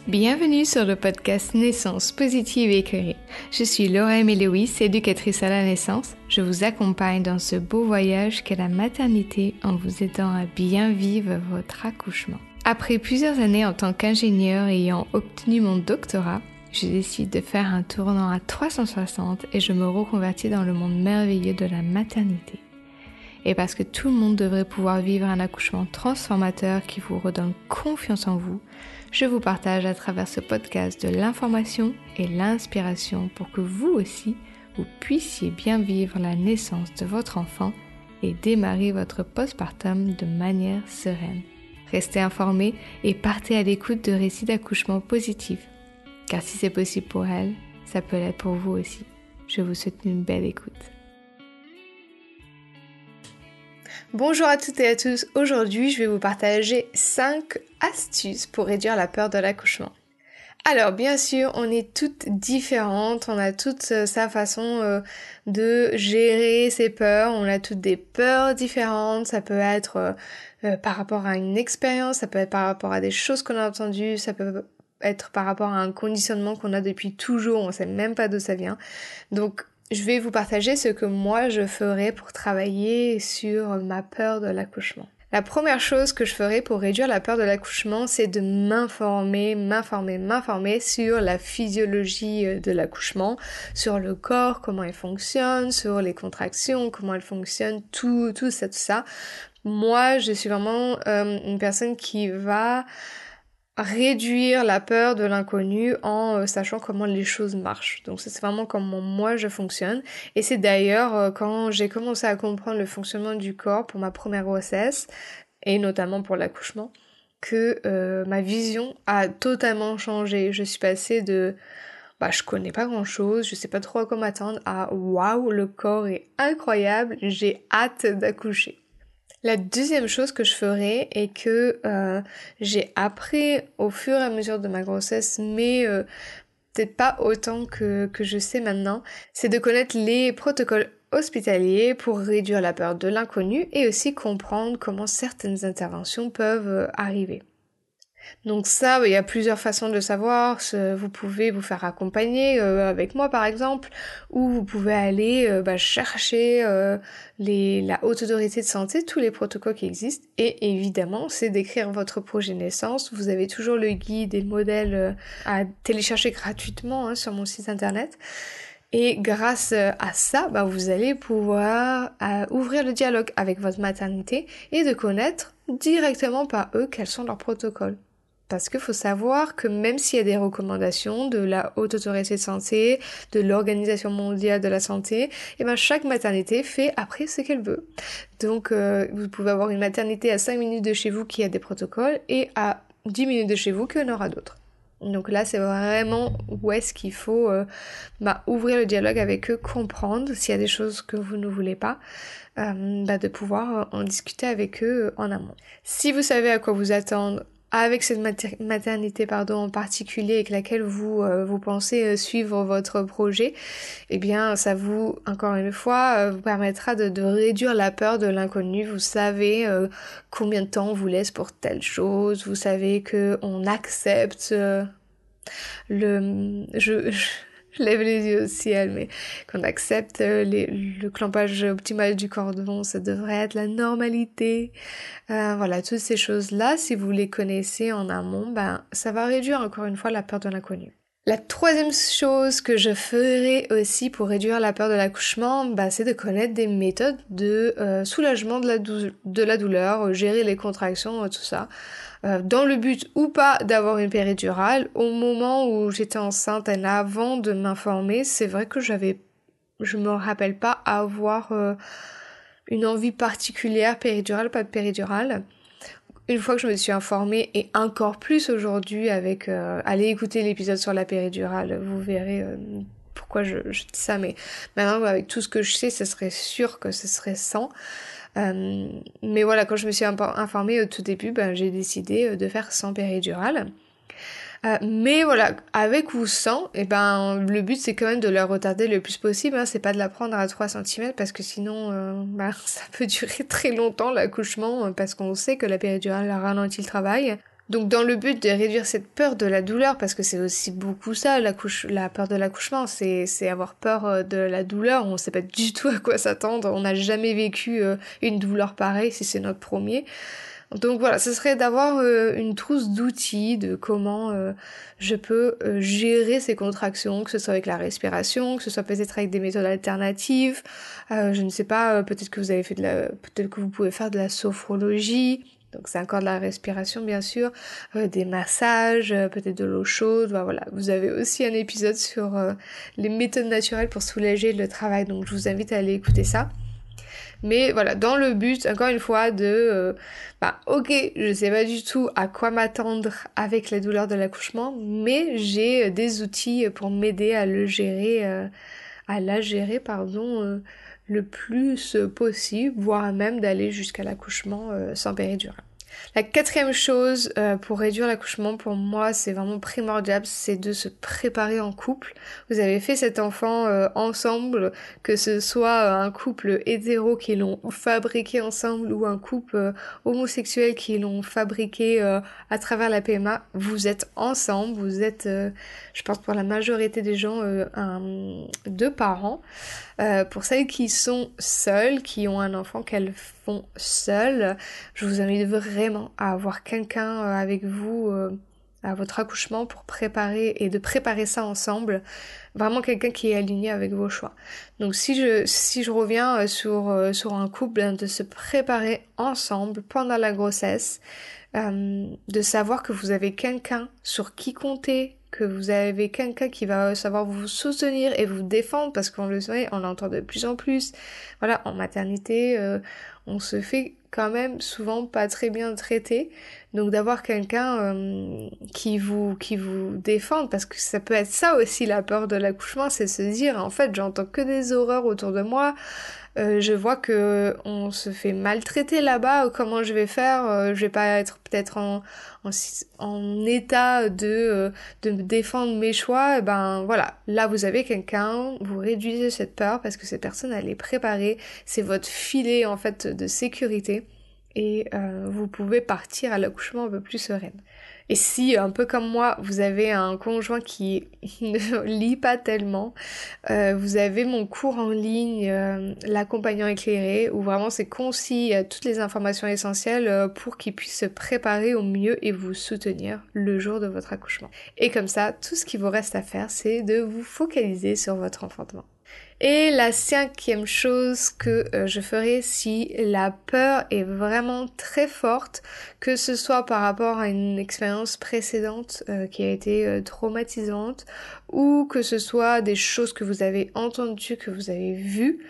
Bienvenue sur le podcast Naissance positive et éclairée. Je suis Laura Lewis, éducatrice à la naissance. Je vous accompagne dans ce beau voyage qu'est la maternité en vous aidant à bien vivre votre accouchement. Après plusieurs années en tant qu'ingénieure ayant obtenu mon doctorat, je décide de faire un tournant à 360 et je me reconvertis dans le monde merveilleux de la maternité. Et parce que tout le monde devrait pouvoir vivre un accouchement transformateur qui vous redonne confiance en vous, je vous partage à travers ce podcast de l'information et l'inspiration pour que vous aussi, vous puissiez bien vivre la naissance de votre enfant et démarrer votre postpartum de manière sereine. Restez informés et partez à l'écoute de récits d'accouchement positifs. Car si c'est possible pour elle, ça peut l'être pour vous aussi. Je vous souhaite une belle écoute. Bonjour à toutes et à tous, aujourd'hui je vais vous partager 5 astuces pour réduire la peur de l'accouchement. Alors bien sûr, on est toutes différentes, on a toute sa façon de gérer ses peurs, on a toutes des peurs différentes, ça peut être par rapport à une expérience, ça peut être par rapport à des choses qu'on a entendues, ça peut être par rapport à un conditionnement qu'on a depuis toujours, on sait même pas d'où ça vient. Donc je vais vous partager ce que moi je ferais pour travailler sur ma peur de l'accouchement. La première chose que je ferais pour réduire la peur de l'accouchement, c'est de m'informer sur la physiologie de l'accouchement, sur le corps, comment il fonctionne, sur les contractions, comment elles fonctionnent, tout ça. Moi, je suis vraiment une personne qui va réduire la peur de l'inconnu en sachant comment les choses marchent. Donc ça, c'est vraiment comment moi je fonctionne. Et c'est d'ailleurs quand j'ai commencé à comprendre le fonctionnement du corps pour ma première grossesse, et notamment pour l'accouchement, que ma vision a totalement changé. Je suis passée de je connais pas grand chose, je sais pas trop à quoi m'attendre, à waouh, le corps est incroyable, j'ai hâte d'accoucher. La deuxième chose que je ferais et que j'ai appris au fur et à mesure de ma grossesse, mais peut-être pas autant que je sais maintenant, c'est de connaître les protocoles hospitaliers pour réduire la peur de l'inconnu et aussi comprendre comment certaines interventions peuvent arriver. Donc ça, il y a plusieurs façons de le savoir. Vous pouvez vous faire accompagner avec moi par exemple, ou vous pouvez aller chercher la haute autorité de santé, tous les protocoles qui existent, et évidemment c'est d'écrire votre projet de naissance. Vous avez toujours le guide et le modèle à télécharger gratuitement sur mon site internet. Et grâce à ça, vous allez pouvoir ouvrir le dialogue avec votre maternité et de connaître directement par eux quels sont leurs protocoles. Parce qu'il faut savoir que même s'il y a des recommandations de la Haute Autorité de Santé, de l'Organisation Mondiale de la Santé, chaque maternité fait après ce qu'elle veut. Donc vous pouvez avoir une maternité à 5 minutes de chez vous qui a des protocoles et à 10 minutes de chez vous qui en aura d'autres. Donc là, c'est vraiment où est-ce qu'il faut ouvrir le dialogue avec eux, comprendre s'il y a des choses que vous ne voulez pas, de pouvoir en discuter avec eux en amont. Si vous savez à quoi vous attendre, avec cette maternité en particulier avec laquelle vous pensez suivre votre projet, ça vous, encore une fois, vous permettra de réduire la peur de l'inconnu. Vous savez combien de temps on vous laisse pour telle chose, vous savez que on accepte je lève les yeux au ciel, mais qu'on accepte le clampage optimal du cordon, ça devrait être la normalité. Toutes ces choses-là, si vous les connaissez en amont, ça va réduire encore une fois la peur de l'inconnu. La troisième chose que je ferai aussi pour réduire la peur de l'accouchement, c'est de connaître des méthodes de soulagement de la douleur, gérer les contractions, tout ça. Dans le but ou pas d'avoir une péridurale. Au moment où j'étais enceinte et avant de m'informer, c'est vrai que je me rappelle pas avoir une envie particulière, péridurale, pas de péridurale. Une fois que je me suis informée, et encore plus aujourd'hui avec allez écouter l'épisode sur la péridurale, vous verrez pourquoi je dis ça, mais maintenant avec tout ce que je sais, ce serait sûr que ce serait sans. Mais voilà, quand je me suis informée au tout début, j'ai décidé de faire sans péridurale. Mais voilà, avec ou sans, le but c'est quand même de la retarder le plus possible, c'est pas de la prendre à 3 cm parce que sinon ça peut durer très longtemps l'accouchement parce qu'on sait que la péridurale ralentit le travail. Donc dans le but de réduire cette peur de la douleur, parce que c'est aussi beaucoup ça, la peur de l'accouchement, c'est avoir peur de la douleur, on sait pas du tout à quoi s'attendre, on n'a jamais vécu une douleur pareille si c'est notre premier. Donc voilà, ce serait d'avoir une trousse d'outils de comment je peux gérer ces contractions, que ce soit avec la respiration, que ce soit peut-être avec des méthodes alternatives, je ne sais pas, peut-être que vous pouvez faire de la sophrologie. Donc c'est encore de la respiration bien sûr, des massages, peut-être de l'eau chaude, voilà. Vous avez aussi un épisode sur les méthodes naturelles pour soulager le travail, donc je vous invite à aller écouter ça. Mais voilà, dans le but, encore une fois, de ok, je sais pas du tout à quoi m'attendre avec la douleur de l'accouchement, mais j'ai des outils pour m'aider à la gérer, le plus possible, voire même d'aller jusqu'à l'accouchement sans péridurale. La quatrième chose pour réduire l'accouchement, pour moi, c'est vraiment primordial, c'est de se préparer en couple. Vous avez fait cet enfant ensemble, que ce soit un couple hétéro qui l'ont fabriqué ensemble ou un couple homosexuel qui l'ont fabriqué à travers la PMA. Vous êtes ensemble, vous êtes, je pense pour la majorité des gens, deux parents. Pour celles qui sont seules, qui ont un enfant qu'elles font seules, je vous invite vraiment à avoir quelqu'un avec vous à votre accouchement pour préparer ça ensemble. Vraiment quelqu'un qui est aligné avec vos choix. Donc si je reviens sur un couple, de se préparer ensemble pendant la grossesse, de savoir que vous avez quelqu'un sur qui compter, que vous avez quelqu'un qui va savoir vous soutenir et vous défendre, parce qu'on le sait, on l'entend de plus en plus. Voilà, en maternité, on se fait quand même souvent pas très bien traiter. Donc d'avoir quelqu'un qui vous défende, parce que ça peut être ça aussi la peur de l'accouchement, c'est se dire en fait j'entends que des horreurs autour de moi. Je vois que on se fait maltraiter là-bas, comment je vais faire, je vais pas être peut-être en état de me défendre mes choix, et voilà, là vous avez quelqu'un, vous réduisez cette peur parce que cette personne elle est préparée, c'est votre filet en fait de sécurité et vous pouvez partir à l'accouchement un peu plus sereine. Et si, un peu comme moi, vous avez un conjoint qui ne lit pas tellement, vous avez mon cours en ligne, l'accompagnant éclairé, où vraiment c'est concis, il y a toutes les informations essentielles pour qu'il puisse se préparer au mieux et vous soutenir le jour de votre accouchement. Et comme ça, tout ce qu'il vous reste à faire, c'est de vous focaliser sur votre enfantement. Et la cinquième chose que je ferai si la peur est vraiment très forte, que ce soit par rapport à une expérience précédente qui a été traumatisante, ou que ce soit des choses que vous avez entendues, que vous avez vues,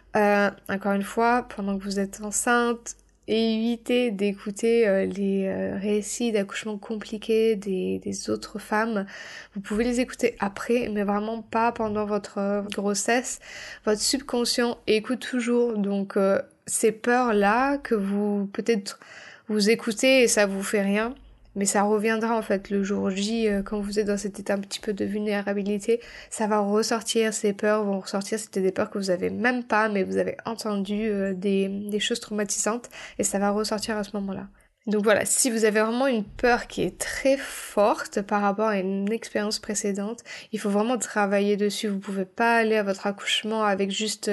encore une fois, pendant que vous êtes enceinte, évitez d'écouter les récits d'accouchement compliqués des autres femmes. Vous pouvez les écouter après, mais vraiment pas pendant votre grossesse. Votre subconscient écoute toujours, donc ces peurs-là que peut-être vous écoutez et ça vous fait rien, mais ça reviendra en fait le jour J, quand vous êtes dans cet état un petit peu de vulnérabilité, ça va ressortir, ces peurs vont ressortir, c'était des peurs que vous avez même pas, mais vous avez entendu des choses traumatisantes, et ça va ressortir à ce moment-là. Donc voilà, si vous avez vraiment une peur qui est très forte par rapport à une expérience précédente, il faut vraiment travailler dessus. Vous pouvez pas aller à votre accouchement avec juste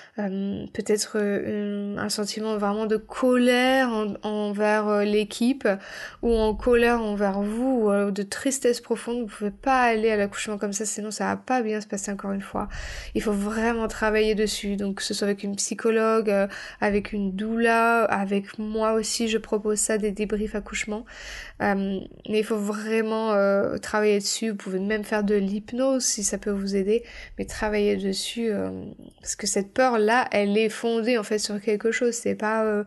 peut-être un sentiment vraiment de colère envers l'équipe, ou en colère envers vous, ou de tristesse profonde. Vous pouvez pas aller à l'accouchement comme ça, sinon ça va pas bien se passer encore une fois. Il faut vraiment travailler dessus, donc que ce soit avec une psychologue, avec une doula, avec moi aussi je propose ça, des débriefs accouchement. Mais il faut vraiment travailler dessus. Vous pouvez même faire de l'hypnose si ça peut vous aider, mais travailler dessus parce que cette peur là, elle est fondée en fait sur quelque chose. C'est pas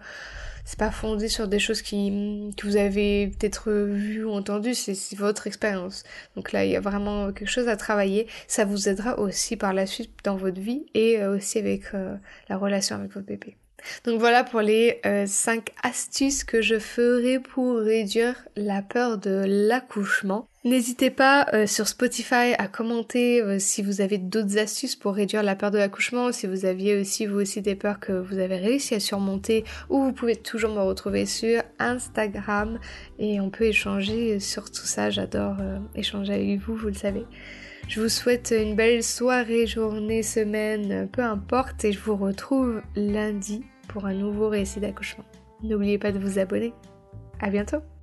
fondé sur des choses que vous avez peut-être vues ou entendues, c'est votre expérience. Donc là, il y a vraiment quelque chose à travailler. Ça vous aidera aussi par la suite dans votre vie et aussi avec la relation avec votre bébé. Donc voilà pour les 5 astuces que je ferai pour réduire la peur de l'accouchement. N'hésitez pas sur Spotify à commenter si vous avez d'autres astuces pour réduire la peur de l'accouchement, si vous aviez aussi vous aussi des peurs que vous avez réussi à surmonter, ou vous pouvez toujours me retrouver sur Instagram et on peut échanger sur tout ça. J'adore échanger avec vous, vous le savez. Je vous souhaite une belle soirée, journée, semaine, peu importe, et je vous retrouve lundi pour un nouveau récit d'accouchement. N'oubliez pas de vous abonner. À bientôt!